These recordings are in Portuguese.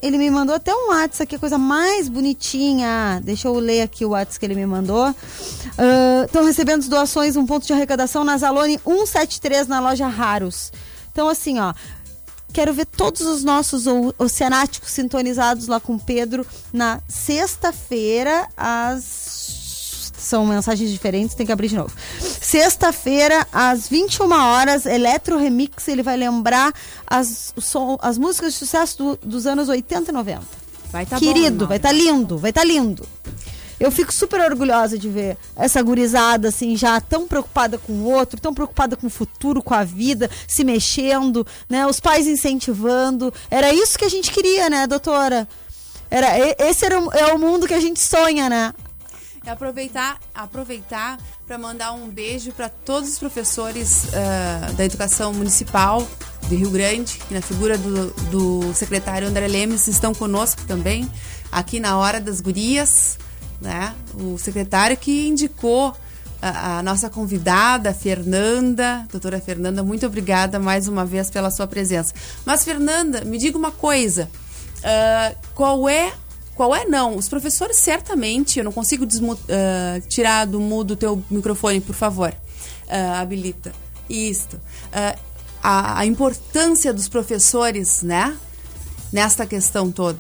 ele me mandou até um WhatsApp aqui, a coisa mais bonitinha. Deixa eu ler aqui o WhatsApp que ele me mandou. Estão recebendo doações, um ponto de arrecadação na Zalone 173, na loja Raros. Então, assim, ó, quero ver todos os nossos oceanáticos sintonizados lá com o Pedro na sexta-feira, São mensagens diferentes, tem que abrir de novo. Sexta-feira, às 21 horas, Eletro Remix, ele vai lembrar as músicas de sucesso dos anos 80 e 90. Vai tá querido, bom, vai estar lindo, vai estar lindo. Eu fico super orgulhosa de ver essa gurizada, assim, já tão preocupada com o outro, tão preocupada com o futuro, com a vida, se mexendo, né? Os pais incentivando. Era isso que a gente queria, né, doutora? Esse é o mundo que a gente sonha, né? É aproveitar para mandar um beijo para todos os professores da educação municipal de Rio Grande, que na figura do secretário André Lemes estão conosco também, aqui na Hora das Gurias, né? O secretário que indicou a nossa convidada, a Fernanda. Doutora Fernanda, muito obrigada mais uma vez pela sua presença. Mas, Fernanda, me diga uma coisa, qual é não? Os professores certamente, eu não consigo tirar do mudo o teu microfone, por favor. Habilita. Isto. A importância dos professores, né? Nesta questão toda.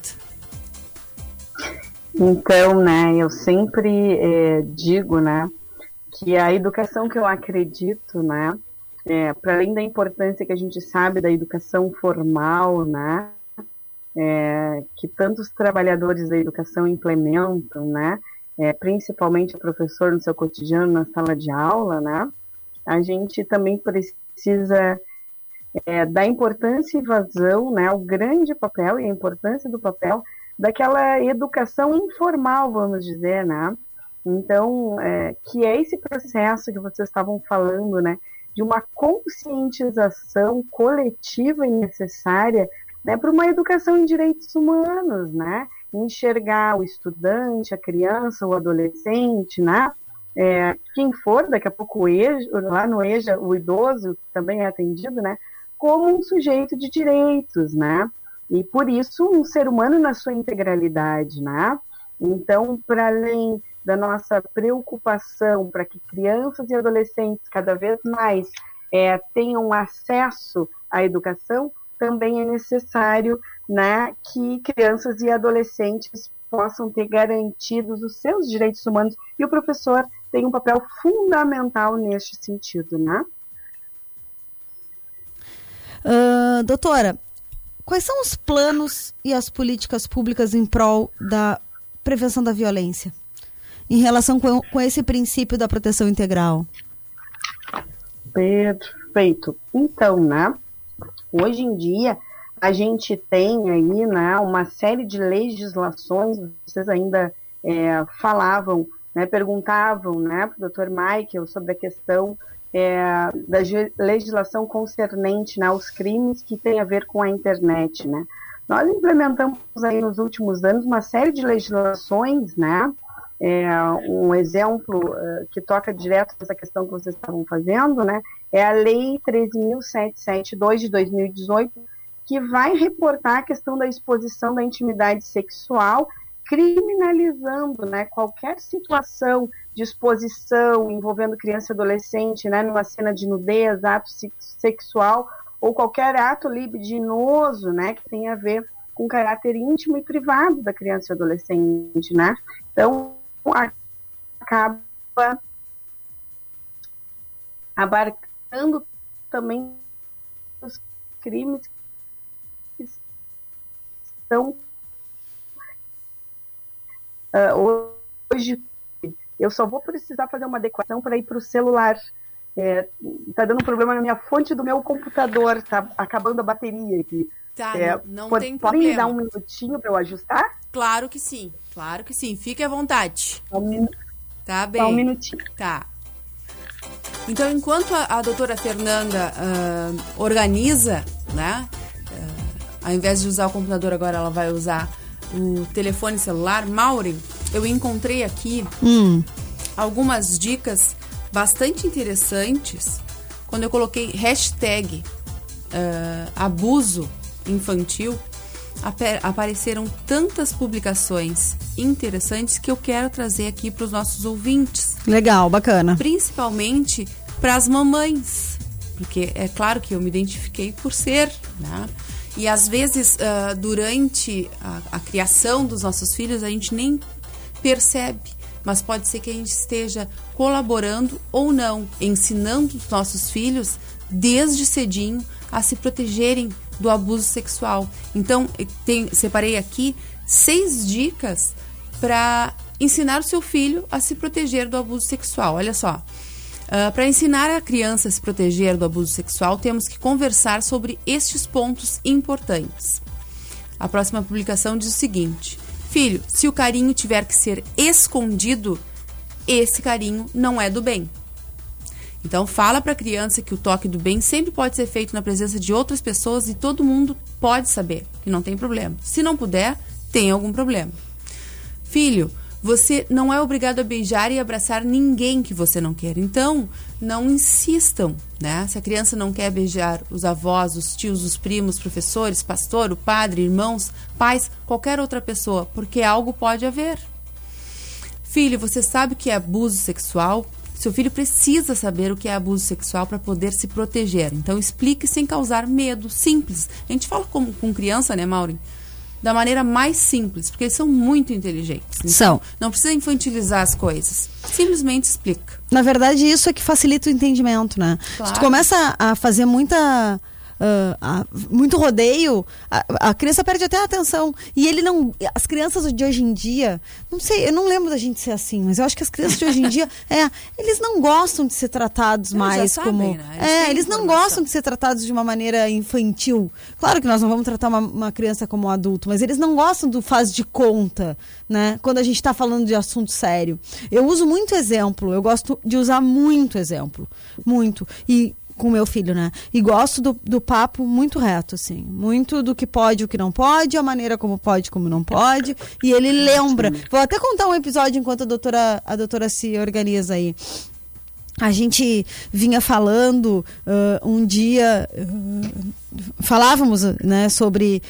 Então, né, eu sempre digo, né, que a educação que eu acredito, né, para além da importância que a gente sabe da educação formal, né, que tantos trabalhadores da educação implementam, né, principalmente o professor no seu cotidiano, na sala de aula, né, a gente também precisa dar importância e vazão, né, ao grande papel e a importância do papel daquela educação informal, vamos dizer, né, então, que é esse processo que vocês estavam falando, né, de uma conscientização coletiva e necessária, né, para uma educação em direitos humanos, né, enxergar o estudante, a criança, o adolescente, né, quem for, daqui a pouco lá no EJA, o idoso também é atendido, né, como um sujeito de direitos, né, e por isso um ser humano na sua integralidade, né, então, para além da nossa preocupação para que crianças e adolescentes cada vez mais tenham acesso à educação, também é necessário, né, que crianças e adolescentes possam ter garantidos os seus direitos humanos, e o professor tem um papel fundamental neste sentido, né? Doutora, quais são os planos e as políticas públicas em prol da prevenção da violência, em relação com esse princípio da proteção integral? Perfeito. Então, né, hoje em dia, a gente tem aí, né, uma série de legislações, vocês ainda falavam, né, perguntavam, né, para o Dr. Michael sobre a questão da legislação concernente, né, aos crimes que tem a ver com a internet, né. Nós implementamos aí nos últimos anos uma série de legislações, né, um exemplo que toca direto nessa questão que vocês estavam fazendo, né, é a Lei 13.772 de 2018, que vai reportar a questão da exposição da intimidade sexual, criminalizando, né, qualquer situação de exposição envolvendo criança e adolescente, né, numa cena de nudez, ato sexual, ou qualquer ato libidinoso, né, que tenha a ver com o caráter íntimo e privado da criança e adolescente, né. Então, acaba abarcando também os crimes que estão hoje. Eu só vou precisar fazer uma adequação para ir para o celular. Tá dando um problema na minha fonte do meu computador, tá acabando a bateria aqui. Tá, não tem problema. Pode me dar um minutinho para eu ajustar? Claro que sim, fique à vontade. Tá bem. Só um minutinho. Tá. Então, enquanto a doutora Fernanda organiza, né, ao invés de usar o computador agora, ela vai usar o telefone celular, Maureen, eu encontrei aqui algumas dicas bastante interessantes quando eu coloquei hashtag abuso infantil. apareceram tantas publicações interessantes que eu quero trazer aqui para os nossos ouvintes. Legal, bacana. Principalmente para as mamães, porque é claro que eu me identifiquei por ser, né? E às vezes, durante a criação dos nossos filhos, a gente nem percebe, mas pode ser que a gente esteja colaborando ou não, ensinando os nossos filhos desde cedinho a se protegerem do abuso sexual. Então, separei aqui 6 dicas para ensinar o seu filho a se proteger do abuso sexual. Olha só. Para ensinar a criança a se proteger do abuso sexual, temos que conversar sobre estes pontos importantes. A próxima publicação diz o seguinte: filho, se o carinho tiver que ser escondido, esse carinho não é do bem. Então, fala para a criança que o toque do bem sempre pode ser feito na presença de outras pessoas e todo mundo pode saber, que não tem problema. Se não puder, tem algum problema. Filho, você não é obrigado a beijar e abraçar ninguém que você não quer. Então, não insistam, né? Se a criança não quer beijar os avós, os tios, os primos, professores, pastor, o padre, irmãos, pais, qualquer outra pessoa, porque algo pode haver. Filho, você sabe o que é abuso sexual? Seu filho precisa saber o que é abuso sexual para poder se proteger. Então, explique sem causar medo, simples. A gente fala com criança, né, Maureen? Da maneira mais simples, porque eles são muito inteligentes. Então, são. Não precisa infantilizar as coisas. Simplesmente explica. Na verdade, isso é que facilita o entendimento, né? Claro. Se tu começa a fazer muito rodeio, a criança perde até a atenção. E ele não... As crianças de hoje em dia... Não sei, eu não lembro da gente ser assim, mas eu acho que as crianças de hoje em dia... eles não gostam de ser tratados mais como... Né? Eles não gostam de ser tratados de uma maneira infantil. Claro que nós não vamos tratar uma criança como um adulto, mas eles não gostam do faz de conta, né? Quando a gente está falando de assunto sério. Eu uso muito exemplo, eu gosto de usar muito exemplo. Muito. E com meu filho, né? E gosto do papo muito reto, assim. Muito do que pode e o que não pode, a maneira como pode e como não pode. E ele lembra. Vou até contar um episódio enquanto a doutora se organiza aí. A gente vinha falando um dia, falávamos, né, sobre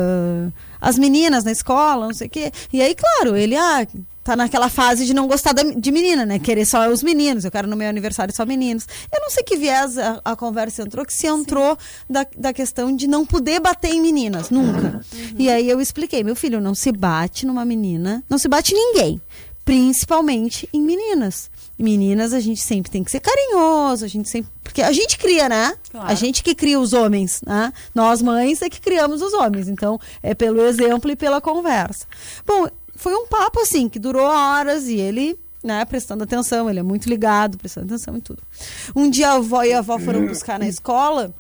as meninas na escola, não sei o quê. E aí, claro, ele tá naquela fase de não gostar de menina, né? Querer só os meninos. Eu quero no meu aniversário só meninos. Eu não sei que viés a conversa entrou, que se entrou da questão de não poder bater em meninas, nunca. Uhum. E aí eu expliquei, meu filho, não se bate numa menina, não se bate em ninguém. Principalmente em meninas. Meninas, a gente sempre tem que ser carinhoso, porque a gente cria, né? Claro. A gente que cria os homens, né? Nós mães é que criamos os homens. Então, é pelo exemplo e pela conversa. Bom, foi um papo assim, que durou horas e ele, né, prestando atenção, ele é muito ligado, prestando atenção em tudo. Um dia a avó e a avó foram buscar na escola,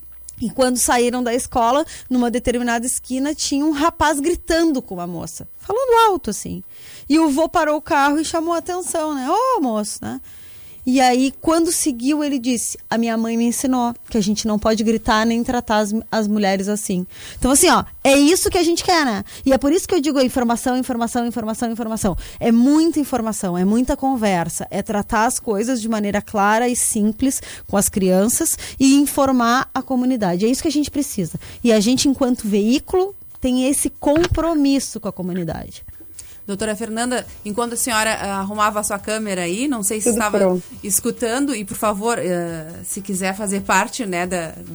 e quando saíram da escola, numa determinada esquina, tinha um rapaz gritando com uma moça, falando alto, assim. E o vô parou o carro e chamou a atenção, né? Ô, moço, né? E aí, quando seguiu, ele disse, a minha mãe me ensinou que a gente não pode gritar nem tratar as mulheres assim. Então, assim, é isso que a gente quer, né? E é por isso que eu digo informação, informação, informação, informação. É muita informação, é muita conversa, é tratar as coisas de maneira clara e simples com as crianças e informar a comunidade. É isso que a gente precisa. E a gente, enquanto veículo, tem esse compromisso com a comunidade. Doutora Fernanda, enquanto a senhora arrumava a sua câmera aí, não sei se estava escutando, e por favor, se quiser fazer parte, né,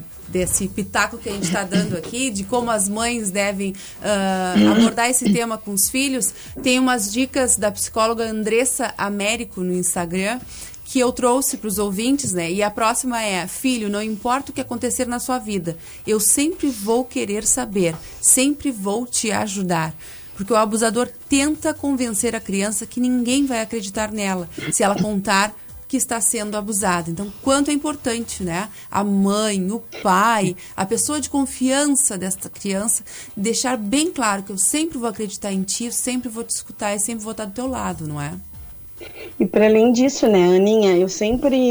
desse pitaco que a gente está dando aqui, de como as mães devem abordar esse tema com os filhos, tem umas dicas da psicóloga Andressa Américo no Instagram, que eu trouxe para os ouvintes, né? E a próxima é: filho, não importa o que acontecer na sua vida, eu sempre vou querer saber, sempre vou te ajudar. Porque o abusador tenta convencer a criança que ninguém vai acreditar nela se ela contar que está sendo abusada. Então, quanto é importante, né? A mãe, o pai, a pessoa de confiança desta criança, deixar bem claro que eu sempre vou acreditar em ti, eu sempre vou te escutar e sempre vou estar do teu lado, não é? E para além disso, né, Aninha, eu sempre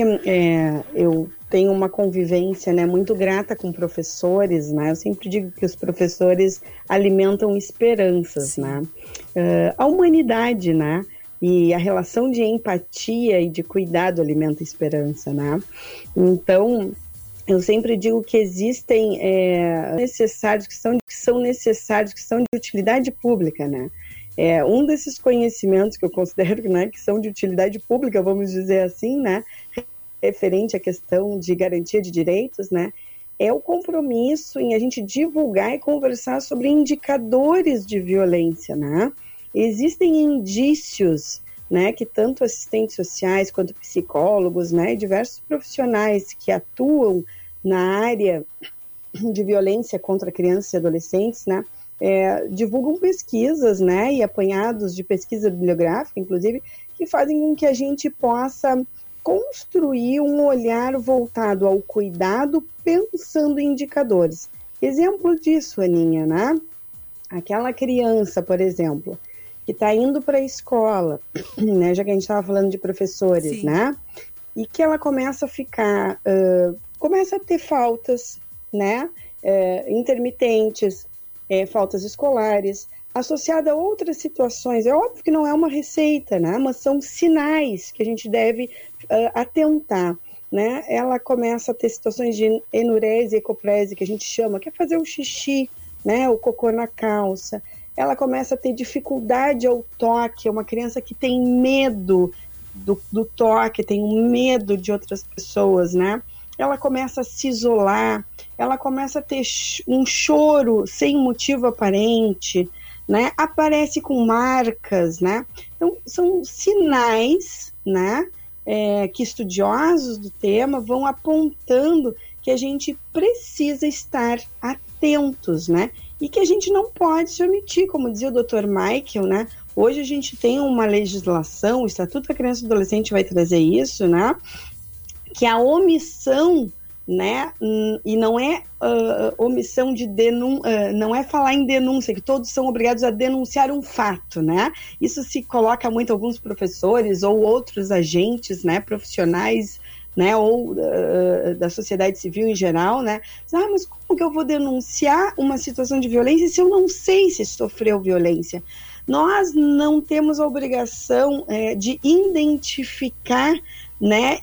eu tenho uma convivência, né, muito grata com professores, né? Eu sempre digo que os professores alimentam esperanças, sim, né? A humanidade, né? E a relação de empatia e de cuidado alimenta esperança, né? Então, eu sempre digo que existem necessários, que são necessários, que são de utilidade pública, né? Um desses conhecimentos que eu considero, né, que são de utilidade pública, vamos dizer assim, né, referente à questão de garantia de direitos, né, é o compromisso em a gente divulgar e conversar sobre indicadores de violência, né? Existem indícios, né, que tanto assistentes sociais quanto psicólogos, né, e diversos profissionais que atuam na área de violência contra crianças e adolescentes, né, divulgam pesquisas, né, e apanhados de pesquisa bibliográfica, inclusive, que fazem com que a gente possa construir um olhar voltado ao cuidado, pensando em indicadores. Exemplo disso, Aninha, né? Aquela criança, por exemplo, que está indo para a escola, né, já que a gente estava falando de professores, sim, né, e que ela começa a ficar, começa a ter faltas, né, intermitentes, faltas escolares, associada a outras situações. É óbvio que não é uma receita, né, mas são sinais que a gente deve atentar, né. Ela começa a ter situações de enurese e ecoprese, que a gente chama, que é fazer o xixi, né, o cocô na calça. Ela começa a ter dificuldade ao toque, é uma criança que tem medo do toque, tem um medo de outras pessoas, né? Ela começa a se isolar, ela começa a ter um choro sem motivo aparente, né? Aparece com marcas, né? Então, são sinais, né, que estudiosos do tema vão apontando que a gente precisa estar atentos, né? E que a gente não pode se omitir, como dizia o Dr. Michael, né? Hoje a gente tem uma legislação, o Estatuto da Criança e do Adolescente vai trazer isso, né? Que a omissão, né? E não é omissão de não é falar em denúncia, que todos são obrigados a denunciar um fato, né? Isso se coloca muito a alguns professores ou outros agentes, né? Profissionais, né, ou da sociedade civil em geral, né? Mas como que eu vou denunciar uma situação de violência se eu não sei se sofreu violência? Nós não temos a obrigação de identificar, né,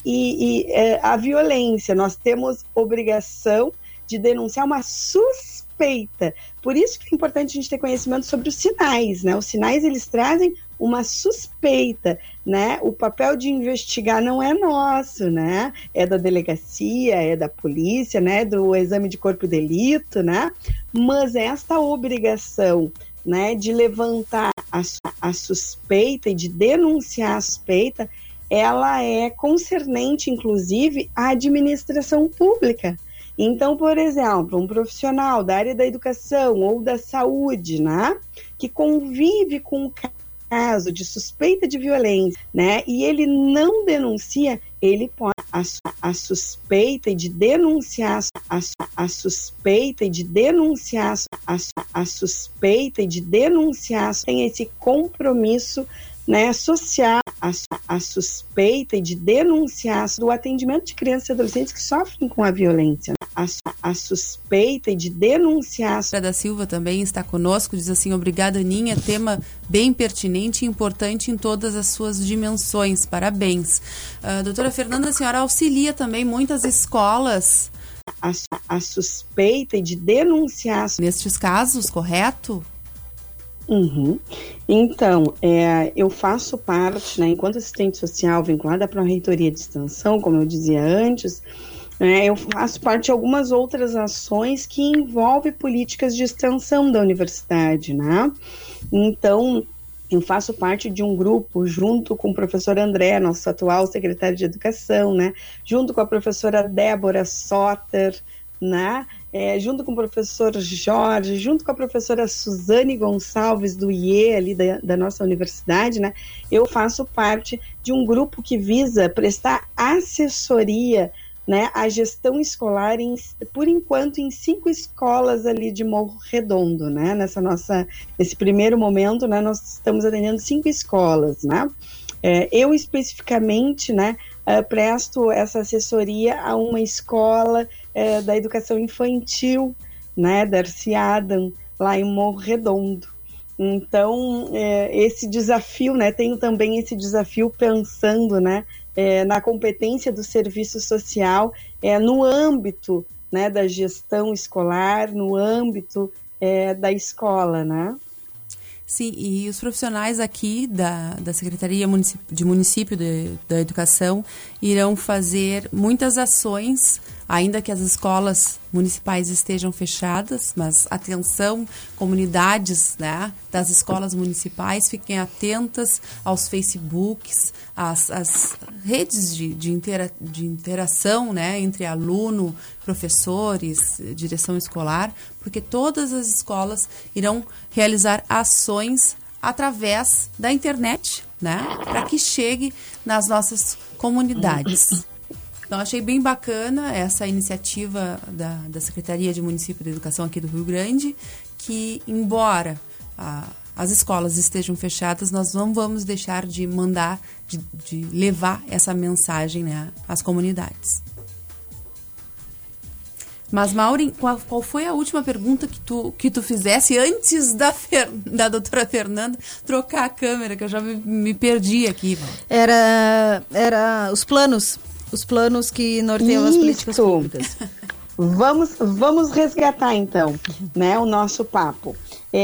a violência. Nós temos obrigação de denunciar uma suspeita. Por isso que é importante a gente ter conhecimento sobre os sinais, né? Os sinais, eles trazem uma suspeita, né? O papel de investigar não é nosso, né? É da delegacia, é da polícia, né? Do exame de corpo e delito, né? Mas esta obrigação, né, de levantar a suspeita e de denunciar a suspeita, ela é concernente, inclusive, à administração pública. Então, por exemplo, um profissional da área da educação ou da saúde, né, que convive com um caso de suspeita de violência, né, e ele não denuncia, ele pode a suspeita e de denunciar a suspeita e de denunciar a suspeita e de denunciar tem esse compromisso, né, social, a suspeita e de denunciar do atendimento de crianças e adolescentes que sofrem com a violência. A suspeita e de denunciar. A da Silva também está conosco, diz assim: obrigada, Aninha, tema bem pertinente e importante em todas as suas dimensões, parabéns. Doutora Fernanda, a senhora auxilia também muitas escolas. A suspeita e de denunciar. Nestes casos, correto? Uhum. Então, eu faço parte, né, enquanto assistente social vinculada à Pró-Reitoria de Extensão, como eu dizia antes, eu faço parte de algumas outras ações que envolvem políticas de extensão da universidade, né? Então, eu faço parte de um grupo junto com o professor André, nosso atual secretário de Educação, né? Junto com a professora Débora Soter, né? Junto com o professor Jorge, junto com a professora Suzane Gonçalves, do IE, ali da nossa universidade, né? Eu faço parte de um grupo que visa prestar assessoria, né, à gestão escolar, por enquanto, em 5 escolas ali de Morro Redondo, né? Nesse primeiro momento, né, nós estamos atendendo 5 escolas, né? Eu especificamente, né, presto essa assessoria a uma escola da educação infantil, né, Darcy Adam, lá em Morro Redondo. Então, esse desafio, né, tenho também esse desafio pensando, né, na competência do serviço social, no âmbito, né, da gestão escolar, no âmbito da escola, né? Sim, e os profissionais aqui da Secretaria de Município da Educação irão fazer muitas ações, ainda que as escolas municipais estejam fechadas, mas atenção, comunidades, né, das escolas municipais, fiquem atentas aos Facebooks, às redes de interação, né, entre aluno, professores, direção escolar, porque todas as escolas irão realizar ações através da internet, né, para que chegue nas nossas comunidades. Então, achei bem bacana essa iniciativa da Secretaria de Município da Educação aqui do Rio Grande, que, embora as escolas estejam fechadas, nós não vamos deixar de mandar, de levar essa mensagem, né, às comunidades. Mas, Maureen, qual foi a última pergunta que tu fizesse antes da doutora Fernanda trocar a câmera, que eu já me perdi aqui? Era os planos que norteiam as políticas públicas. Vamos resgatar, então, né, o nosso papo.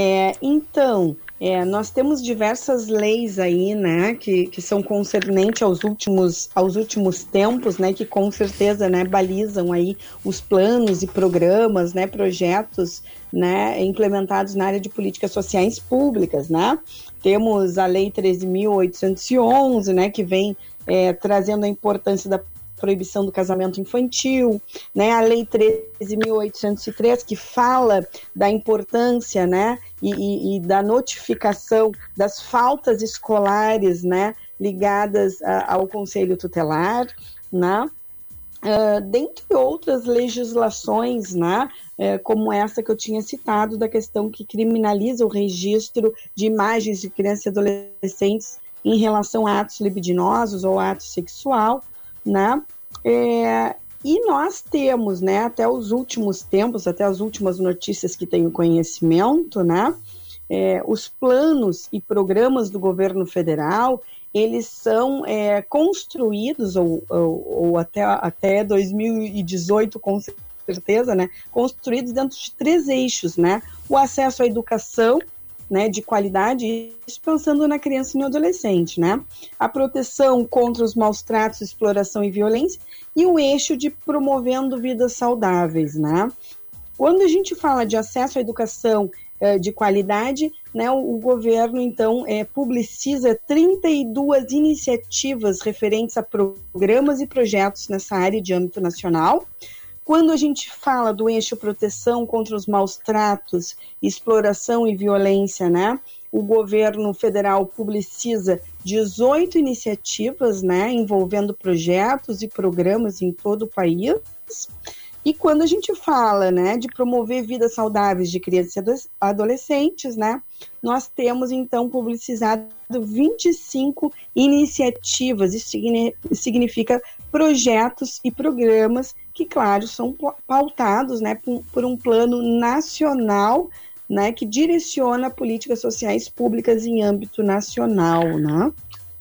Nós temos diversas leis aí, né, que são concernentes aos últimos tempos, né, que com certeza, né, balizam aí os planos e programas, né, projetos, né, implementados na área de políticas sociais públicas, né. Temos a Lei 13.811, né, que vem trazendo a importância da proibição do casamento infantil, né, a Lei 13.803, que fala da importância, né, e da notificação das faltas escolares, né, ligadas ao Conselho Tutelar, né, dentre outras legislações, né, como essa que eu tinha citado, da questão que criminaliza o registro de imagens de crianças e adolescentes em relação a atos libidinosos ou ato sexual, né? E nós temos, né, até os últimos tempos, até as últimas notícias que tenho conhecimento, né, os planos e programas do governo federal, eles são construídos, ou até 2018, com certeza, né, construídos dentro de 3 eixos, né, o acesso à educação, né, de qualidade, isso pensando na criança e no adolescente, né? A proteção contra os maus tratos, exploração e violência, e o eixo de promovendo vidas saudáveis, né? Quando a gente fala de acesso à educação de qualidade, né, o governo, então, publiciza 32 iniciativas referentes a programas e projetos nessa área de âmbito nacional. Quando a gente fala do eixo proteção contra os maus tratos, exploração e violência, né, o governo federal publiciza 18 iniciativas, né, envolvendo projetos e programas em todo o país. E quando a gente fala, né, de promover vidas saudáveis de crianças e adolescentes, né, nós temos, então, publicizado 25 iniciativas. Isso significa projetos e programas que, claro, são pautados, né, por um plano nacional, né, que direciona políticas sociais públicas em âmbito nacional, né?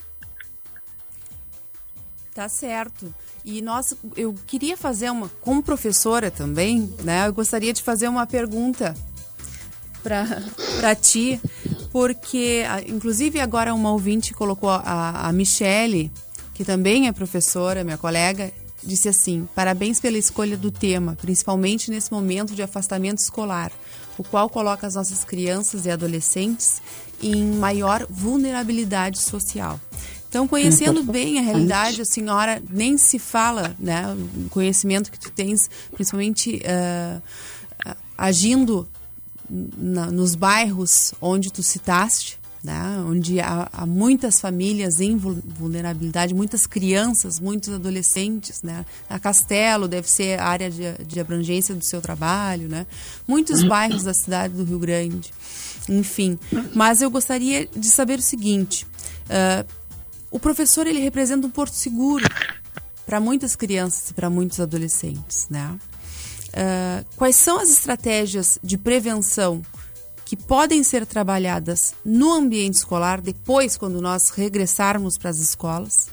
Tá certo. E eu queria fazer como professora também, né, eu gostaria de fazer uma pergunta para ti, porque, inclusive, agora uma ouvinte colocou, a Michele, que também é professora, minha colega, disse assim: parabéns pela escolha do tema, principalmente nesse momento de afastamento escolar, o qual coloca as nossas crianças e adolescentes em maior vulnerabilidade social. Então, conhecendo bem a realidade, a senhora nem se fala, né, o conhecimento que tu tens, principalmente agindo nos bairros onde tu citaste, né, onde há muitas famílias em vulnerabilidade, muitas crianças, muitos adolescentes, né? A Castelo deve ser a área de abrangência do seu trabalho, né? Muitos bairros da cidade do Rio Grande, enfim. Mas eu gostaria de saber o seguinte: o professor, ele representa um porto seguro para muitas crianças e para muitos adolescentes, né? Quais são as estratégias de prevenção que podem ser trabalhadas no ambiente escolar depois, quando nós regressarmos para as escolas,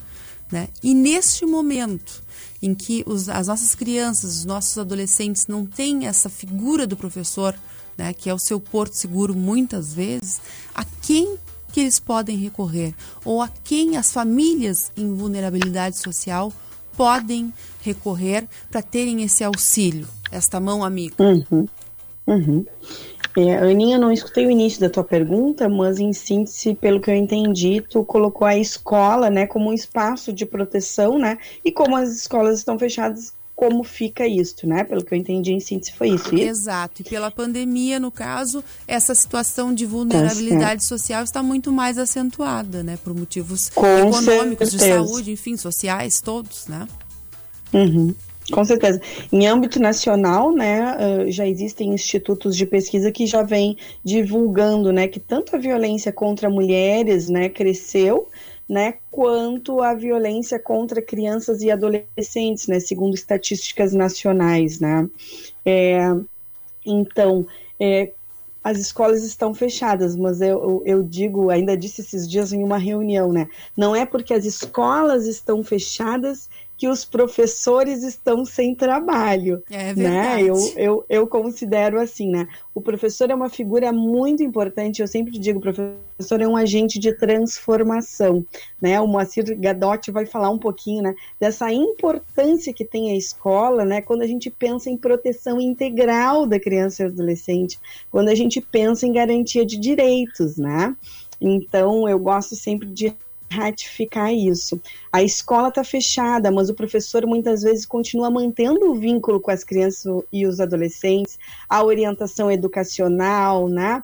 né? E neste momento em que as nossas crianças, os nossos adolescentes não têm essa figura do professor, né, que é o seu porto seguro muitas vezes, a quem que eles podem recorrer? Ou a quem as famílias em vulnerabilidade social podem recorrer para terem esse auxílio, esta mão amiga? Aninha, eu não escutei o início da tua pergunta, mas em síntese, pelo que eu entendi, tu colocou a escola, né, como um espaço de proteção, né, e como as escolas estão fechadas, como fica isso, né, pelo que eu entendi em síntese foi isso. Exato, e pela pandemia, no caso, essa situação de vulnerabilidade social está muito mais acentuada, né, por motivos econômicos, de saúde, enfim, sociais, todos, né. Com certeza. Em âmbito nacional, né, já existem institutos de pesquisa que já vêm divulgando, né, que tanto a violência contra mulheres, né, cresceu, né, quanto a violência contra crianças e adolescentes, né, segundo estatísticas nacionais, né. Então, as escolas estão fechadas, mas eu digo, ainda disse esses dias em uma reunião, né, não é porque as escolas estão fechadas que os professores estão sem trabalho, né? Eu considero assim, né? O professor é uma figura muito importante, eu sempre digo, o professor é um agente de transformação, né? O Moacir Gadotti vai falar um pouquinho, né, dessa importância que tem a escola, né, quando a gente pensa em proteção integral da criança e adolescente, quando a gente pensa em garantia de direitos, né? Então, eu gosto sempre de ratificar isso. A escola está fechada, mas o professor muitas vezes continua mantendo o vínculo com as crianças e os adolescentes, a orientação educacional, né?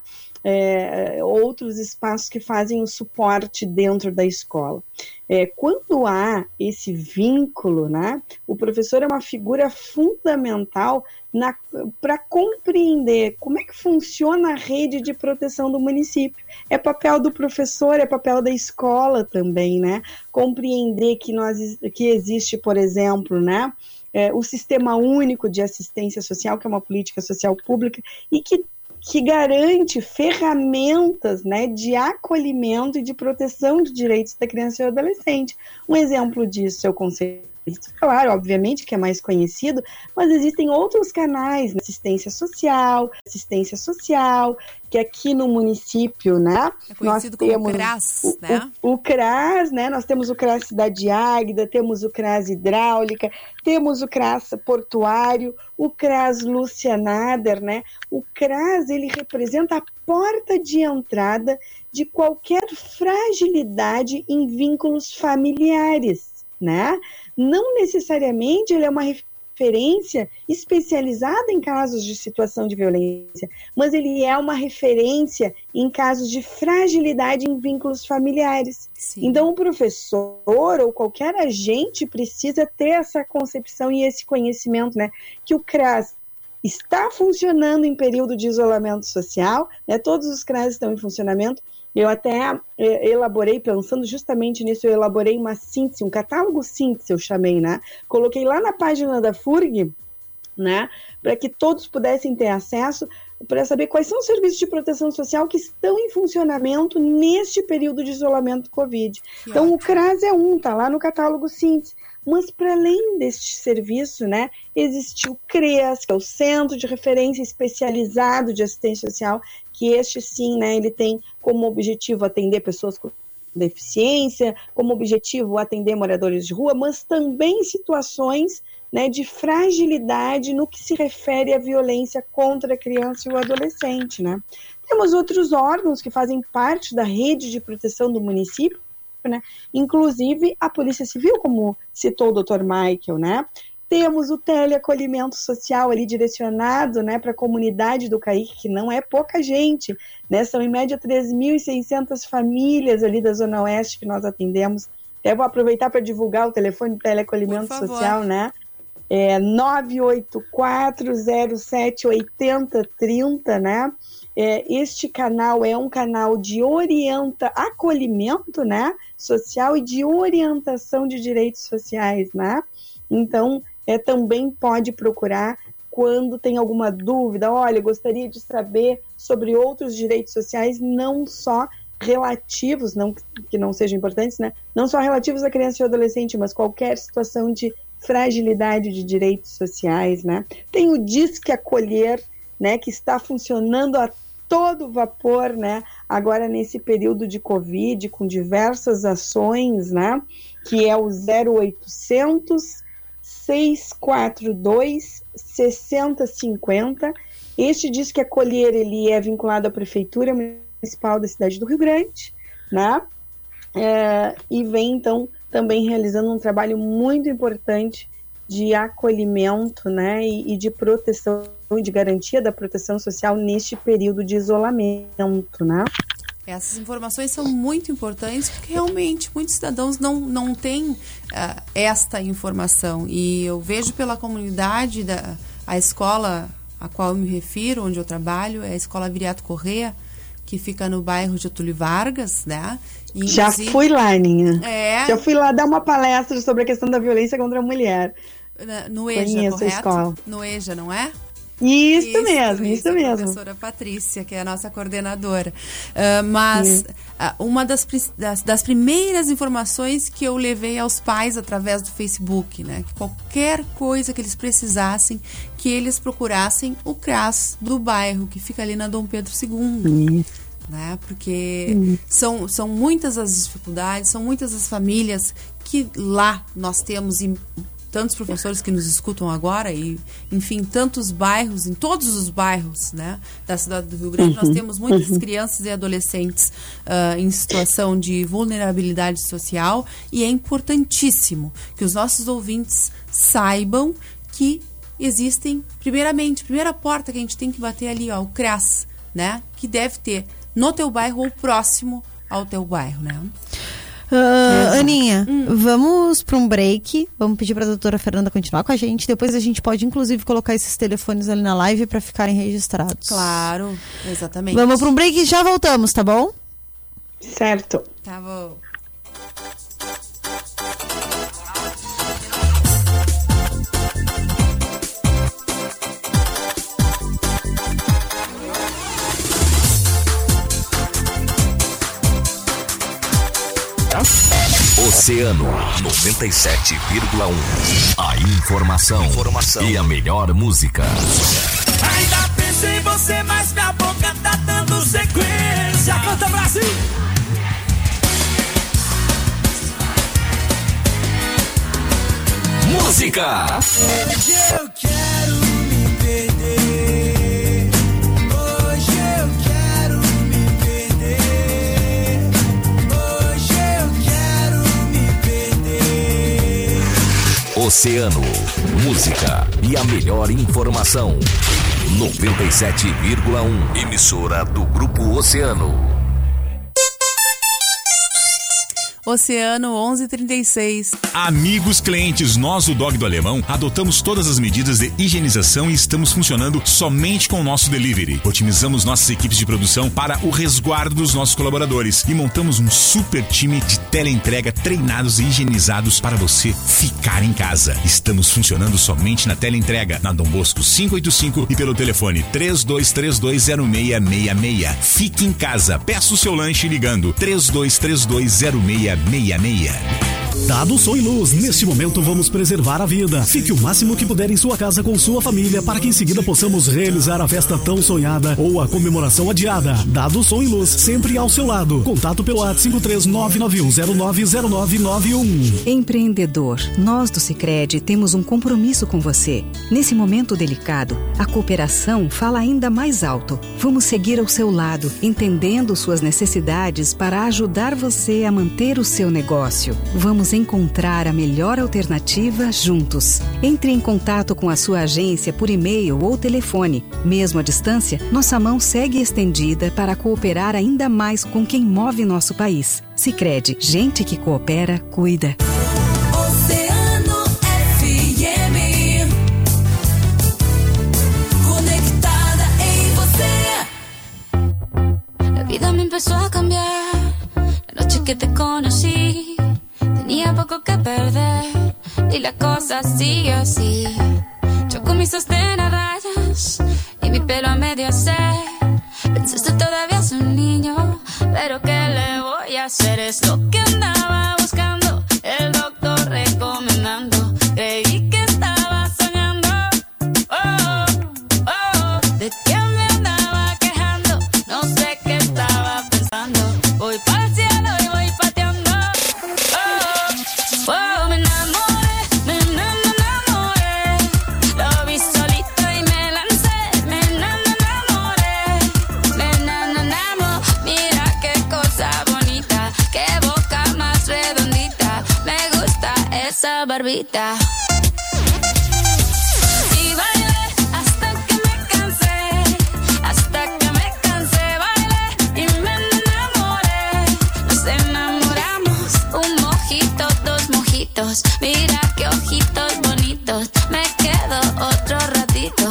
Outros espaços que fazem o suporte dentro da escola. Quando há esse vínculo, né, o professor é uma figura fundamental para compreender como é que funciona a rede de proteção do município. É papel do professor, é papel da escola também, né? Compreender que existe, por exemplo, né, o Sistema Único de Assistência Social, que é uma política social pública, e que garante ferramentas, né, de acolhimento e de proteção de direitos da criança e do adolescente. Um exemplo disso é o Conselho Escolar, obviamente, que é mais conhecido, mas existem outros canais, né, assistência social, que aqui no município, né, é conhecido como CRAS, né? O CRAS, né, nós temos o CRAS Cidade Águida, temos o CRAS Hidráulica, temos o CRAS Portuário, o CRAS Lúcia Nader, né? O CRAS, ele representa a porta de entrada de qualquer fragilidade em vínculos familiares, né? Não necessariamente ele é uma referência especializada em casos de situação de violência, mas ele é uma referência em casos de fragilidade em vínculos familiares. Sim. Então, o professor ou qualquer agente precisa ter essa concepção e esse conhecimento, né, que o CRAS está funcionando em período de isolamento social, né, todos os CRAS estão em funcionamento. Eu até elaborei, pensando justamente nisso, eu elaborei uma síntese, um catálogo síntese, eu chamei, né? Coloquei lá na página da FURG, né? Para que todos pudessem ter acesso, para saber quais são os serviços de proteção social que estão em funcionamento neste período de isolamento Covid. Então, o CRAS é tá lá no catálogo síntese. Mas, para além deste serviço, né, existe o CREAS, que é o Centro de Referência Especializado de Assistência Social, que este sim, né, ele tem como objetivo atender pessoas com deficiência, como objetivo atender moradores de rua, mas também situações, né, de fragilidade no que se refere à violência contra a criança e o adolescente, né. Temos outros órgãos que fazem parte da rede de proteção do município, né? Inclusive a Polícia Civil, como citou o Dr. Michael, né? Temos o teleacolhimento social ali direcionado, né, para a comunidade do Caique, que não é pouca gente, né? São em média 3.600 famílias ali da Zona Oeste que nós atendemos. Eu vou aproveitar para divulgar o telefone de teleacolhimento social, né? 984078030, né? Este canal é um canal de acolhimento, né, social e de orientação de direitos sociais, né? Então, também pode procurar quando tem alguma dúvida. Olha, gostaria de saber sobre outros direitos sociais, não só relativos, não que não sejam importantes, né? Não só relativos à criança e ao adolescente, mas qualquer situação de fragilidade de direitos sociais, né? Tem o Disque Acolher, né, que está funcionando a todo vapor, né, agora nesse período de Covid, com diversas ações, né, que é o 0800 642 6050. Este Disque Acolher, ele é vinculado à Prefeitura Municipal da cidade do Rio Grande, né, e vem, então, também realizando um trabalho muito importante de acolhimento, né, e de proteção, de garantia da proteção social neste período de isolamento, né. Essas informações são muito importantes porque realmente muitos cidadãos não têm esta informação, e eu vejo pela comunidade, a escola a qual eu me refiro, onde eu trabalho, é a Escola Viriato Corrêa, que fica no bairro Getúlio Vargas, né? E, já fui lá, Aninha. Já fui lá dar uma palestra sobre a questão da violência contra a mulher. No EJA, conheço correto? A escola. No EJA, não é? Isso mesmo. A professora Patrícia, que é a nossa coordenadora. Uma das primeiras informações que eu levei aos pais através do Facebook, né? Que qualquer coisa que eles precisassem, que eles procurassem o CRAS do bairro, que fica ali na Dom Pedro II. Né? Porque são muitas as dificuldades, são muitas as famílias que lá nós temos, e tantos professores que nos escutam agora, e enfim, tantos bairros, em todos os bairros, né, da cidade do Rio Grande, nós temos muitas crianças e adolescentes em situação de vulnerabilidade social, e é importantíssimo que os nossos ouvintes saibam que existem, primeira porta que a gente tem que bater ali, ó, o CRAS, né, que deve ter no teu bairro ou próximo ao teu bairro, né? Aninha, vamos para um break. Vamos pedir para a doutora Fernanda continuar com a gente. Depois a gente pode, inclusive, colocar esses telefones ali na live para ficarem registrados. Claro, exatamente. Vamos para um break e já voltamos, tá bom? Certo. Tá bom. Oceano 97,1. A informação e a melhor música. Ainda penso em você, mas minha boca tá dando sequência. Canta, Brasil! Música! Hoje eu quero me perder. Hoje eu quero me perder. Hoje eu quero me perder. Oceano, música e a melhor informação. 97,1. Emissora do Grupo Oceano. Oceano 1136. Amigos clientes, nós do Dog do Alemão adotamos todas as medidas de higienização e estamos funcionando somente com o nosso delivery. Otimizamos nossas equipes de produção para o resguardo dos nossos colaboradores e montamos um super time de teleentrega treinados e higienizados para você ficar em casa. Estamos funcionando somente na teleentrega, na Dom Bosco 585 e pelo telefone 32320666. Fique em casa, peça o seu lanche ligando 32320666. Dado Som e Luz, neste momento vamos preservar a vida. Fique o máximo que puder em sua casa com sua família para que em seguida possamos realizar a festa tão sonhada ou a comemoração adiada. Dado Som e Luz, sempre ao seu lado. Contato pelo WhatsApp 53991090991. Empreendedor, nós do Sicredi temos um compromisso com você. Nesse momento delicado, a cooperação fala ainda mais alto. Vamos seguir ao seu lado, entendendo suas necessidades para ajudar você a manter o seu negócio. Vamos encontrar a melhor alternativa juntos. Entre em contato com a sua agência por e-mail ou telefone. Mesmo à distância, nossa mão segue estendida para cooperar ainda mais com quem move nosso país. Sicredi, gente que coopera, cuida. Oceano FM, conectada em você. La vida me empezó a cambiar la noche que te conocí. Tenía poco que perder y la cosa sigue así. Yo con mis sostén a rayas y mi pelo a medio hacer. Pensaste todavía es un niño, pero que le voy a hacer es lo que andaba buscando, el doctor recomendando. Creí que estaba soñando, oh, oh, de que me andaba quejando. No sé qué estaba pensando. Voy pa'l cielo y voy pateando. Oh, oh, me enamoré, me enamoré. Lo vi solito y me lancé. Me enamoré, me enamoré. Mira qué cosa bonita, qué boca más redondita. Me gusta esa barbita. Y bailé hasta que me cansé, hasta que me cansé. Bailé y me enamoré. Nos enamoramos, un mojito, dos mojitos. Mira qué ojitos bonitos. Me quedo otro ratito.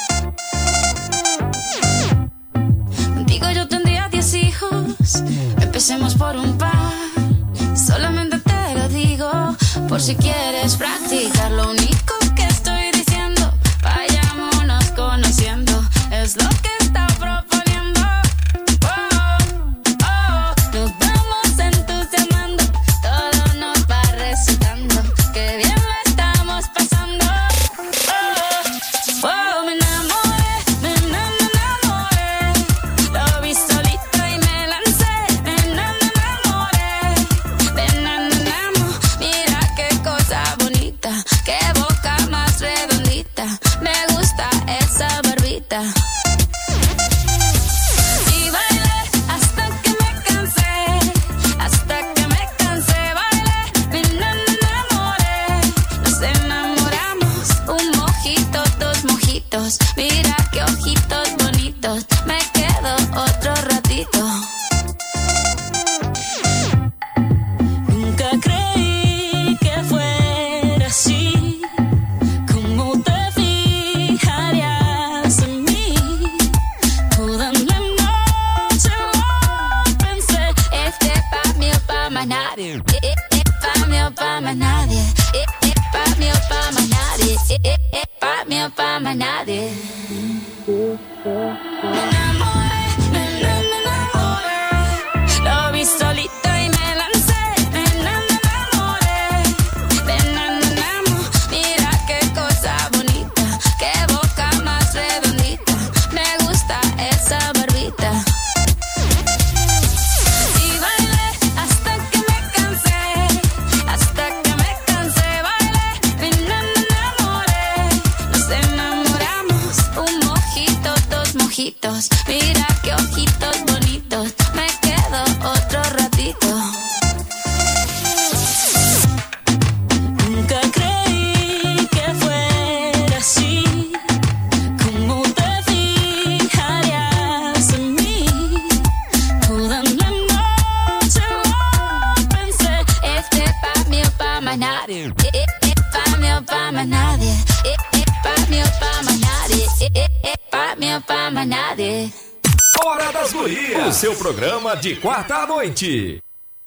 Contigo yo tendría 10 hijos. Empecemos por un par. Solamente te lo digo por si quieres practicar. Lo único que estoy diciendo, vayámonos conociendo. Es lo que está proponiendo. Oh, oh, nos vamos entusiasmando. Todo nos va resultando. Qué bien la estamos pasando. Oh, oh, me enamoré, me enamoré. Lo vi solito y me lancé. Me enamoré, me enamoré. Mira qué cosa bonita, qué boca más redondita. Me gusta esa barbita. Y bailé hasta que me cansé, hasta que me cansé. Bailé, me enamoré. Nos enamoramos, un mojito, dos mojitos. Mira qué ojitos bonitos. Me quedo otro ratito. Nunca creí que fuera así. ¿Cómo te fijarías en mí? Toda la noche lo pensé. Este pa' mí o pa' más nadie. Pa' mí o pa' más nadie. Pa' mí o pa' más nadie. Pa' mí o pa' más nadie. Me enamoré, me enamoré. Lo vi solito y me lancé. Me enamoré, me enamoré. Mira qué cosa bonita, qué boca más redondita. Me gusta esa barbita. Y bailé hasta que me cansé, hasta que me cansé. Bailé, me enamoré. Nos enamoramos, un mojito, dos mojitos. Mira qué ojitos bonitos. Me quedo otro ratito. Nunca creí que fuera así. ¿Cómo te fijarías en mí? Toda la noche lo pensé. Este pa' mí o pa' más nadie. Pa' mí o pa' más nadie. Pa' mí o pa' más nadie. Pa' mí o pa' más nadie. Hora das Gurias, o seu programa de quarta à noite.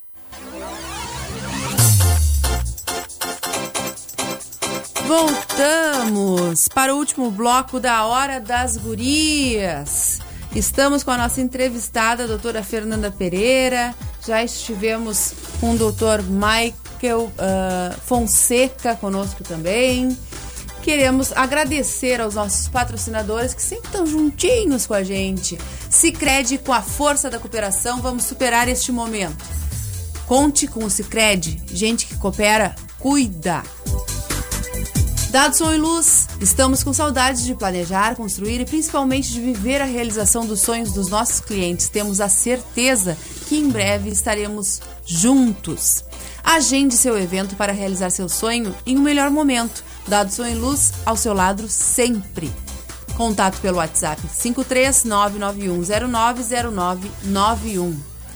Voltamos para o último bloco da Hora das Gurias. Estamos com a nossa entrevistada, a doutora Fernanda Pereira. Já estivemos com o doutor Michael Fonseca conosco também. Queremos agradecer aos nossos patrocinadores que sempre estão juntinhos com a gente. Sicredi, com a força da cooperação, vamos superar este momento. Conte com o Sicredi. Gente que coopera, cuida. Dado Som e Luz, estamos com saudades de planejar, construir e principalmente de viver a realização dos sonhos dos nossos clientes. Temos a certeza que em breve estaremos juntos. Agende seu evento para realizar seu sonho em um melhor momento. Dado Som e Luz, ao seu lado sempre. Contato pelo WhatsApp 53991090991.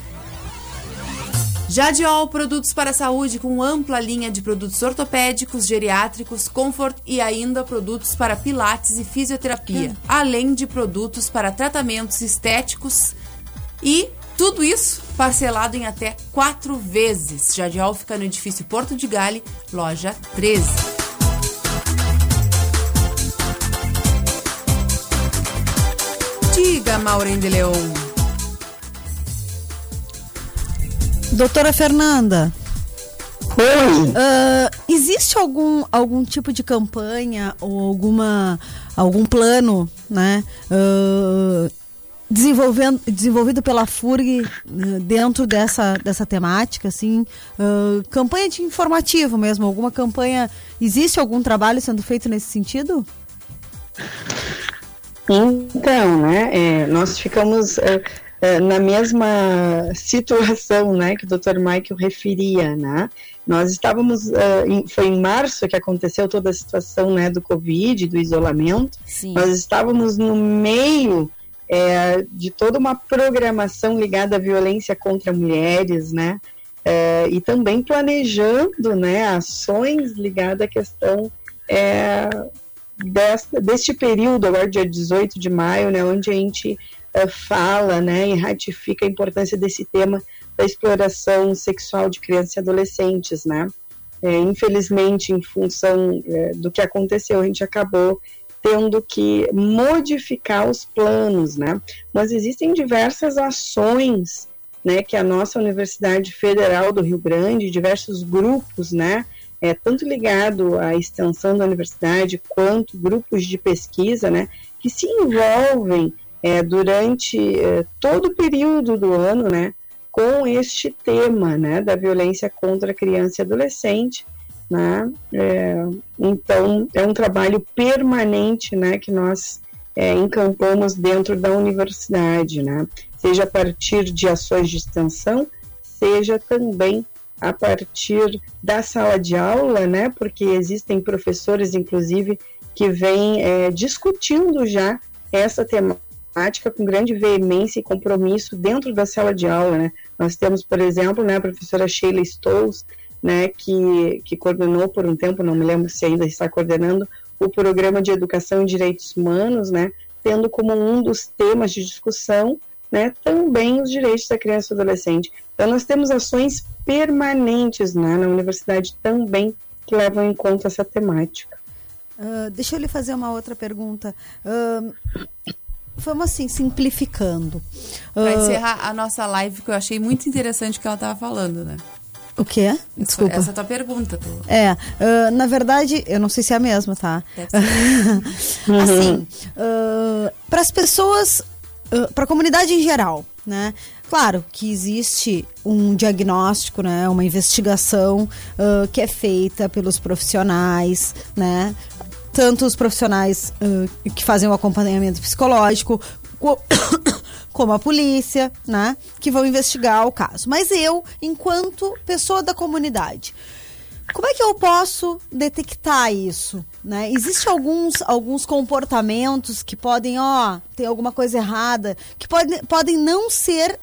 Jadiol, produtos para a saúde com ampla linha de produtos ortopédicos, geriátricos, comfort e ainda produtos para pilates e fisioterapia, além de produtos para tratamentos estéticos e tudo isso parcelado em até 4 vezes. Jadiol fica no edifício Porto de Gale, loja 13. Diga, Maureen de Leon. Doutora Fernanda. Oi. Existe algum tipo de campanha ou algum plano, né, desenvolvido pela FURG dentro dessa temática, assim, campanha de informativo mesmo, alguma campanha, existe algum trabalho sendo feito nesse sentido? Então, né, nós ficamos na mesma situação, né, que o Dr. Michael referia, né. Nós estávamos, foi em março que aconteceu toda a situação, né, do Covid, do isolamento. Sim. Nós estávamos no meio de toda uma programação ligada à violência contra mulheres, né, e também planejando, né, ações ligadas à questão deste período, agora dia 18 de maio, né, onde a gente fala, né, e ratifica a importância desse tema da exploração sexual de crianças e adolescentes, né. Infelizmente, em função do que aconteceu, a gente acabou tendo que modificar os planos, né, mas existem diversas ações, né, que a nossa Universidade Federal do Rio Grande, diversos grupos, né, tanto ligado à extensão da universidade, quanto grupos de pesquisa, né, que se envolvem durante todo o período do ano, né, com este tema, né, da violência contra criança e adolescente, né, então é um trabalho permanente, né, que nós encampamos dentro da universidade, né, seja a partir de ações de extensão, seja também a partir da sala de aula, né, porque existem professores, inclusive, que vêm discutindo já essa temática com grande veemência e compromisso dentro da sala de aula, né. Nós temos, por exemplo, né, a professora Sheila Stolz, né, que coordenou por um tempo, não me lembro se ainda está coordenando, o Programa de Educação e Direitos Humanos, né, tendo como um dos temas de discussão, né, também os direitos da criança e do adolescente. Então, nós temos ações permanentes, né, na universidade também que levam em conta essa temática. Deixa eu lhe fazer uma outra pergunta. Vamos assim, simplificando. Para encerrar a nossa live, que eu achei muito interessante o que ela estava falando, né? O quê? Desculpa. Essa é a tua pergunta. Na verdade, eu não sei se é a mesma, tá? Deve ser. Assim, para as pessoas, para a comunidade em geral, né? Claro que existe um diagnóstico, né? Uma investigação que é feita pelos profissionais, né? Tanto os profissionais que fazem o acompanhamento psicológico, como a polícia, né, que vão investigar o caso. Mas eu, enquanto pessoa da comunidade, como é que eu posso detectar isso, né? Existem alguns comportamentos que podem, ter alguma coisa errada, que podem não ser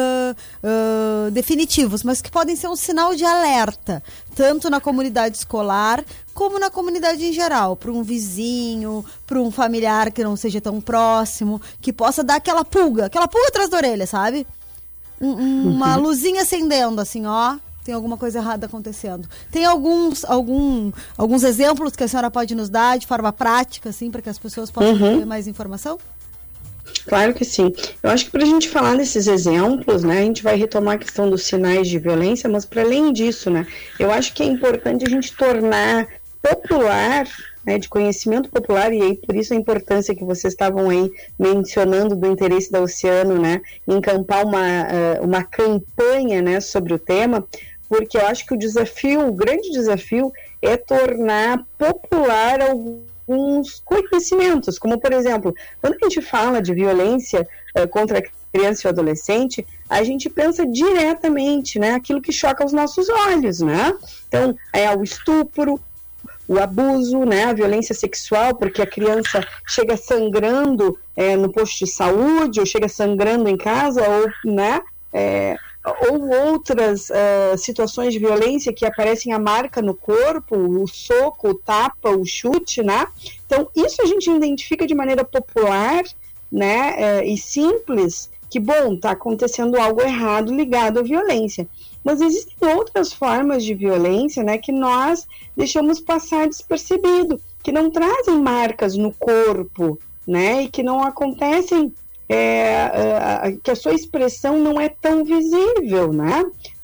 definitivos, mas que podem ser um sinal de alerta, tanto na comunidade escolar como na comunidade em geral, para um vizinho, para um familiar que não seja tão próximo, que possa dar aquela pulga atrás da orelha, sabe? Uma luzinha acendendo, assim, tem alguma coisa errada acontecendo. Tem alguns exemplos que a senhora pode nos dar de forma prática, assim, para que as pessoas possam ter mais informação? Claro que sim. Eu acho que para a gente falar desses exemplos, né, a gente vai retomar a questão dos sinais de violência, mas para além disso, né, eu acho que é importante a gente tornar popular, né, de conhecimento popular, e aí por isso a importância que vocês estavam aí mencionando do interesse da Oceano, né, em encampar uma campanha, né, sobre o tema, porque eu acho que o grande desafio é tornar popular alguns conhecimentos, como por exemplo, quando a gente fala de violência contra a criança e o adolescente, a gente pensa diretamente, né, aquilo que choca os nossos olhos, né? Então, o estupro, o abuso, né, a violência sexual, porque a criança chega sangrando no posto de saúde, ou chega sangrando em casa, ou, né, ou outras situações de violência que aparecem a marca no corpo, o soco, o tapa, o chute, né? Então, isso a gente identifica de maneira popular, né, e simples, que, bom, está acontecendo algo errado ligado à violência. Mas existem outras formas de violência, né, que nós deixamos passar despercebido, que não trazem marcas no corpo, né, e que não acontecem, que a sua expressão não é tão visível, né,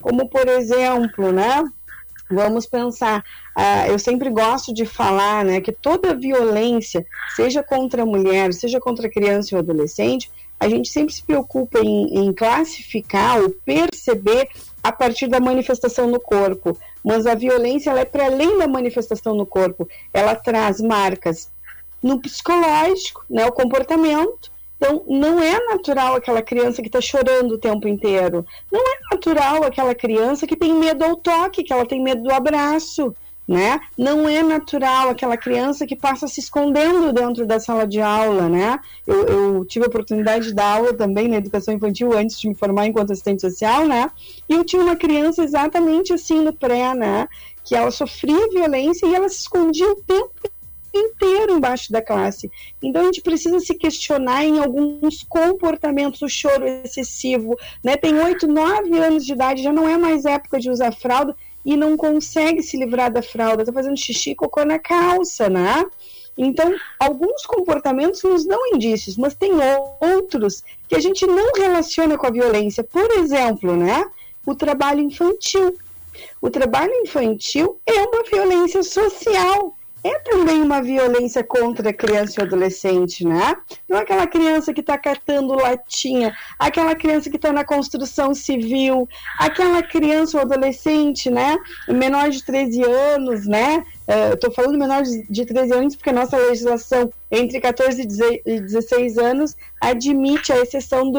como, por exemplo, né, vamos pensar, eu sempre gosto de falar, né, que toda violência, seja contra a mulher, seja contra a criança ou adolescente, a gente sempre se preocupa em classificar ou perceber a partir da manifestação no corpo. Mas a violência, ela é para além da manifestação no corpo. Ela traz marcas no psicológico, né, o comportamento. Então, não é natural aquela criança que está chorando o tempo inteiro. Não é natural aquela criança que tem medo ao toque, que ela tem medo do abraço, né? Não é natural aquela criança que passa se escondendo dentro da sala de aula, né? Eu tive a oportunidade de dar aula também na educação infantil antes de me formar enquanto assistente social, né? E eu tinha uma criança exatamente assim no pré, né? Que ela sofria violência e ela se escondia o tempo inteiro embaixo da classe. Então a gente precisa se questionar em alguns comportamentos, o choro excessivo, né? Tem 8, 9 anos de idade, já não é mais época de usar fralda e não consegue se livrar da fralda, tá fazendo xixi e cocô na calça, né? Então, alguns comportamentos nos dão indícios, mas tem outros que a gente não relaciona com a violência. Por exemplo, né? O trabalho infantil. O trabalho infantil é uma violência social. É também uma violência contra a criança e o adolescente, né? Não é aquela criança que está catando latinha, aquela criança que está na construção civil, aquela criança ou adolescente, né? Menor de 13 anos, né? Estou falando menor de 13 anos porque a nossa legislação entre 14 e 16 anos admite a exceção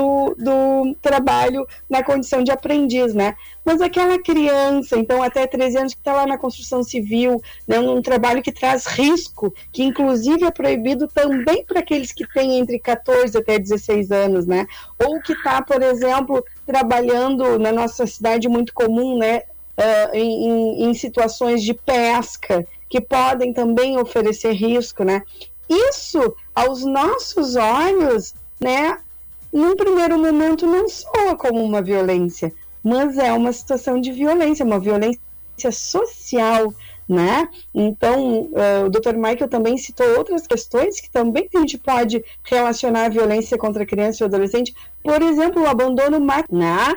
do trabalho na condição de aprendiz, né? Mas aquela criança, então até 13 anos que está lá na construção civil, né, num trabalho que traz risco, que inclusive é proibido também para aqueles que têm entre 14 até 16 anos, né? Ou que está, por exemplo, trabalhando na nossa cidade muito comum, né? Em situações de pesca, que podem também oferecer risco, né? Isso, aos nossos olhos, né, num primeiro momento não soa como uma violência, mas é uma situação de violência, uma violência social, né? Então, o Dr. Michael também citou outras questões que também a gente pode relacionar a violência contra a criança e o adolescente, por exemplo, o abandono material,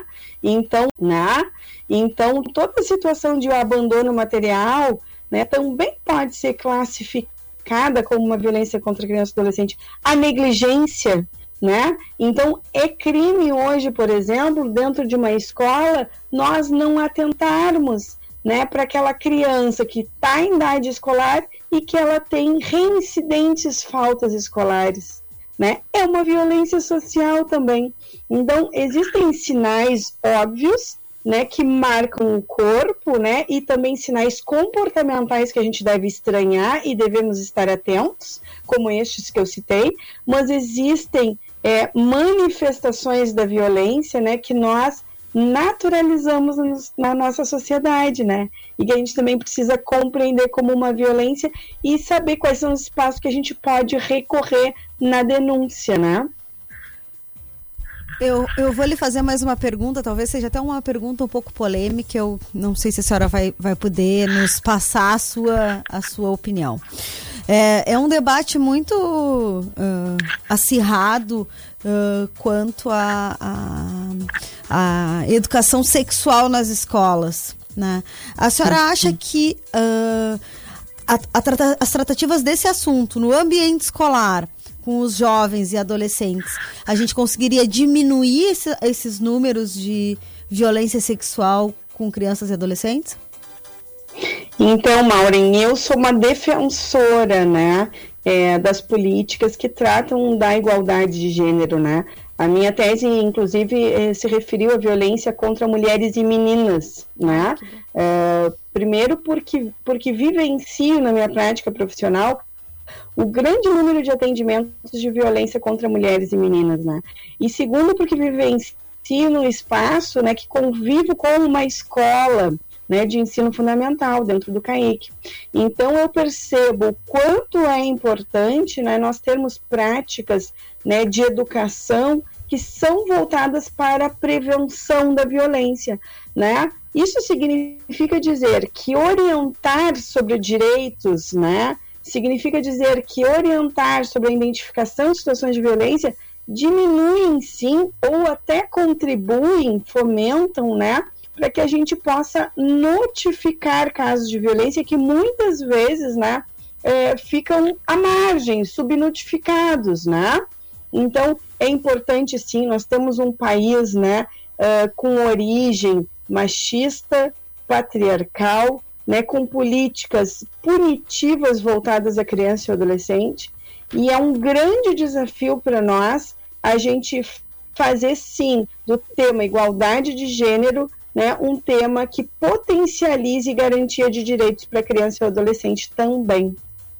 então toda situação de abandono material, né, também pode ser classificada como uma violência contra a criança e adolescente. A negligência, né? Então, é crime hoje, por exemplo, dentro de uma escola, nós não atentarmos, né, para aquela criança que está em idade escolar e que ela tem reincidentes faltas escolares, né? É uma violência social também. Então, existem sinais óbvios, né, que marcam o corpo, né, e também sinais comportamentais que a gente deve estranhar e devemos estar atentos, como estes que eu citei, mas existem manifestações da violência, né, que nós naturalizamos na nossa sociedade, né, e que a gente também precisa compreender como uma violência e saber quais são os espaços que a gente pode recorrer na denúncia, né. Eu vou lhe fazer mais uma pergunta, talvez seja até uma pergunta um pouco polêmica, eu não sei se a senhora vai poder nos passar a sua opinião. É um debate muito acirrado quanto à educação sexual nas escolas, né? A senhora acha que as tratativas desse assunto no ambiente escolar, com os jovens e adolescentes, a gente conseguiria diminuir esses números de violência sexual com crianças e adolescentes? Então, Maureen, eu sou uma defensora, né, das políticas que tratam da igualdade de gênero, né? A minha tese, inclusive, se referiu à violência contra mulheres e meninas, né? Primeiro porque vivencio na minha prática profissional o grande número de atendimentos de violência contra mulheres e meninas, né? E segundo, porque vivencio num espaço, né, que convivo com uma escola, né, de ensino fundamental dentro do CAIC. Então eu percebo o quanto é importante, né, nós termos práticas, né, de educação que são voltadas para a prevenção da violência, né? Isso significa dizer que orientar sobre direitos, né, significa dizer que orientar sobre a identificação de situações de violência diminuem, sim, ou até contribuem, fomentam, né, para que a gente possa notificar casos de violência que muitas vezes, né, ficam à margem, subnotificados, né? Então, é importante, sim, nós temos um país, né, com origem machista, patriarcal, né, com políticas punitivas voltadas à criança e ao adolescente, e é um grande desafio para nós a gente fazer, sim, do tema igualdade de gênero, né, um tema que potencialize garantia de direitos para a criança e o adolescente também.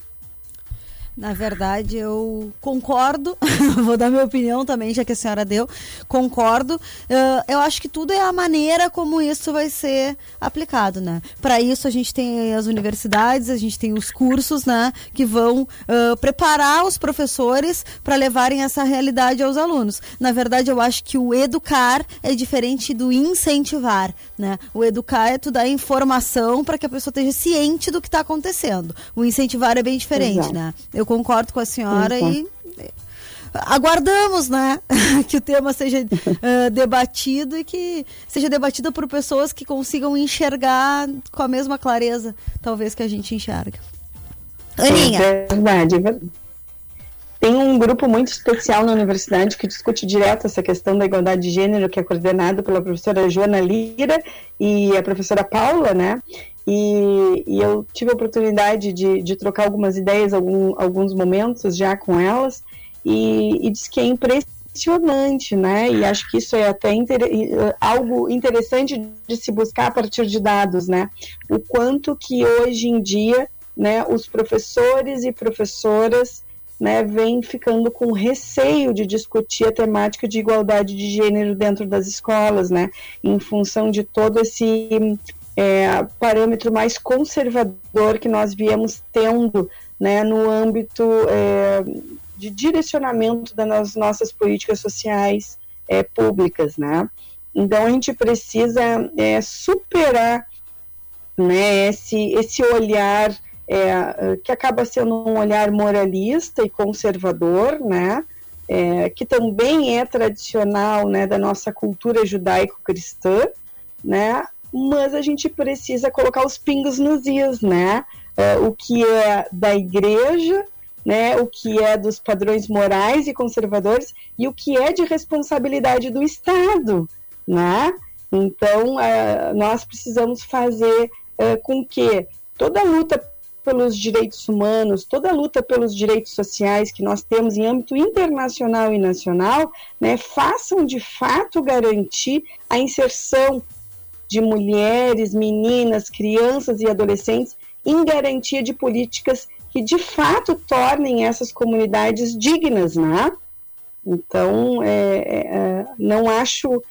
Na verdade, eu concordo, vou dar minha opinião também, já que a senhora deu, concordo. Eu acho que tudo é a maneira como isso vai ser aplicado, né? Para isso, a gente tem as universidades, a gente tem os cursos, né, que vão preparar os professores para levarem essa realidade aos alunos. Na verdade, eu acho que o educar é diferente do incentivar, né? O educar é tu dar informação para que a pessoa esteja ciente do que está acontecendo. O incentivar é bem diferente, exato, né? Eu concordo com a senhora e aguardamos, né, que o tema seja debatido e que seja debatido por pessoas que consigam enxergar com a mesma clareza, talvez, que a gente enxerga. Aninha. É verdade. Tem um grupo muito especial na universidade que discute direto essa questão da igualdade de gênero, que é coordenado pela professora Joana Lira e a professora Paula, né? E eu tive a oportunidade de trocar algumas ideias, alguns momentos já com elas, e diz que é impressionante, né? E acho que isso é até algo interessante de se buscar a partir de dados, né? O quanto que hoje em dia, né, os professores e professoras, né, vêm ficando com receio de discutir a temática de igualdade de gênero dentro das escolas, né? Em função de todo esse parâmetro mais conservador que nós viemos tendo, né, no âmbito de direcionamento das nossas políticas sociais públicas, né? Então a gente precisa superar, né, esse olhar que acaba sendo um olhar moralista e conservador, né, que também é tradicional, né, da nossa cultura judaico-cristã, né? Mas a gente precisa colocar os pingos nos is, né? O que é da igreja, né? O que é dos padrões morais e conservadores e o que é de responsabilidade do Estado, né? Então, nós precisamos fazer com que toda a luta pelos direitos humanos, toda a luta pelos direitos sociais que nós temos em âmbito internacional e nacional, né, façam de fato garantir a inserção de mulheres, meninas, crianças e adolescentes em garantia de políticas que de fato tornem essas comunidades dignas, né? Então, não acho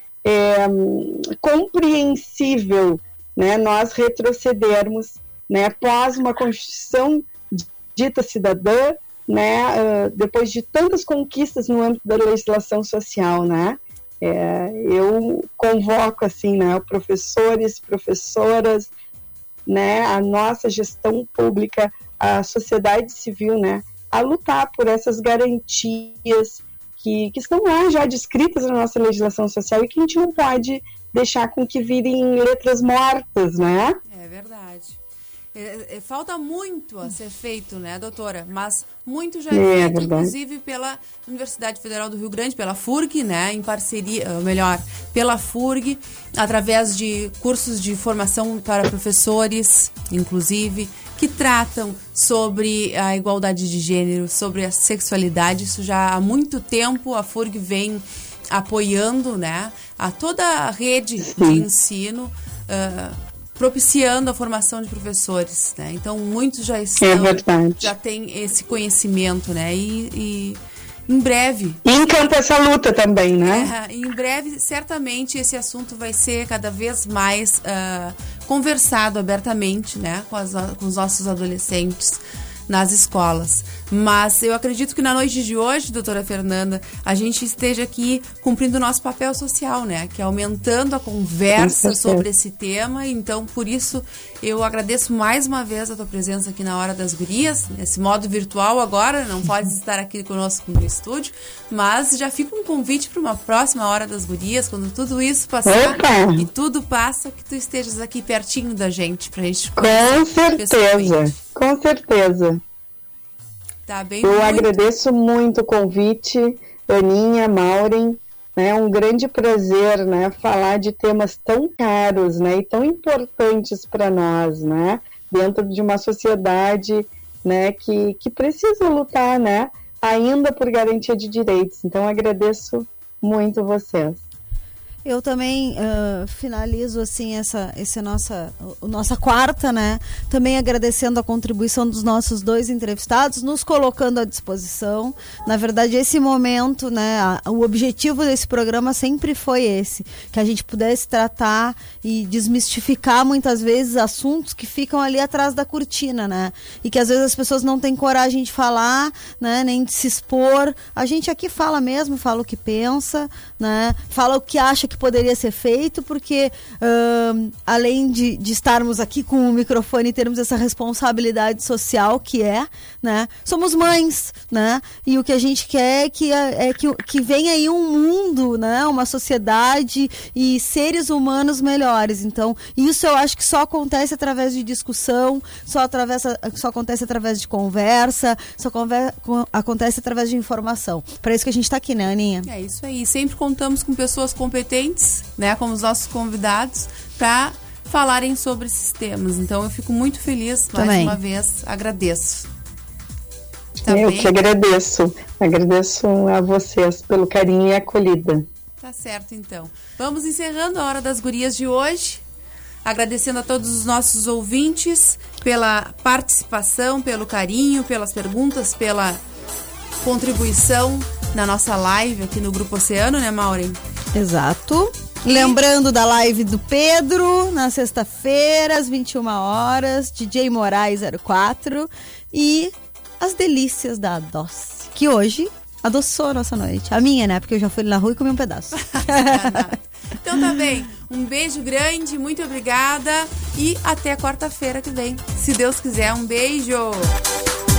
compreensível, né, nós retrocedermos, né, após uma Constituição dita cidadã, né, depois de tantas conquistas no âmbito da legislação social, né? Eu convoco, assim, né, professores, professoras, né, a nossa gestão pública, a sociedade civil, né, a lutar por essas garantias que estão lá já descritas na nossa legislação social e que a gente não pode deixar com que virem letras mortas, né? É verdade. Falta muito a ser feito, né, doutora? Mas muito já é feito, inclusive pela Universidade Federal do Rio Grande, pela FURG, né, em parceria, pela FURG, através de cursos de formação para professores, inclusive, que tratam sobre a igualdade de gênero, sobre a sexualidade. Isso já há muito tempo a FURG vem apoiando, né, a toda a rede de ensino, propiciando a formação de professores, né? Então muitos já já têm esse conhecimento, né? E em breve encanta essa luta também, né? Em breve, certamente, esse assunto vai ser cada vez mais conversado abertamente, né? Com os nossos adolescentes. nas escolas. Mas eu acredito que na noite de hoje, doutora Fernanda, a gente esteja aqui cumprindo o nosso papel social, né? Que é aumentando a conversa sobre esse tema. Então, por isso, eu agradeço mais uma vez a tua presença aqui na Hora das Gurias, nesse modo virtual agora, não pode estar aqui conosco no estúdio, mas já fica um convite para uma próxima Hora das Gurias, quando tudo isso passar e tudo passa, que tu estejas aqui pertinho da gente, pra gente conhecer. Com certeza. Tá bem, eu agradeço muito o convite, Aninha, Maureen, né? É um grande prazer, né, falar de temas tão caros, né, e tão importantes para nós, né, dentro de uma sociedade, né, que precisa lutar, né, ainda por garantia de direitos. Então, agradeço muito vocês. Eu também finalizo assim essa nossa quarta, né? Também agradecendo a contribuição dos nossos 2 entrevistados, nos colocando à disposição. Na verdade, esse momento, né? O objetivo desse programa sempre foi esse, que a gente pudesse tratar e desmistificar muitas vezes assuntos que ficam ali atrás da cortina, né? E que às vezes as pessoas não têm coragem de falar, né? Nem de se expor. A gente aqui fala mesmo, fala o que pensa, né? Fala o que acha que poderia ser feito, porque além de estarmos aqui com o microfone e termos essa responsabilidade social que né, somos mães, né, e o que a gente quer é que venha aí um mundo, né, uma sociedade e seres humanos melhores. Então, isso eu acho que só acontece através de discussão, só acontece através de conversa, acontece através de informação. Para isso que a gente está aqui, né, Aninha? É isso aí. Sempre contamos com pessoas competentes, né, como os nossos convidados, para falarem sobre esses temas. Então, eu fico muito feliz, mais uma vez, agradeço. Tá eu bem? Que agradeço a vocês pelo carinho e acolhida. Tá certo, então. Vamos encerrando a Hora das Gurias de hoje, agradecendo a todos os nossos ouvintes pela participação, pelo carinho, pelas perguntas, pela contribuição na nossa live aqui no Grupo Oceano, né, Maureen? Exato. Lembrando da live do Pedro, na sexta-feira, às 21 horas, DJ Moraes 04 e as delícias da Adoce, que hoje adoçou a nossa noite. A minha, né? Porque eu já fui na rua e comi um pedaço. Então tá bem. Um beijo grande, muito obrigada e até quarta-feira que vem. Se Deus quiser, um beijo!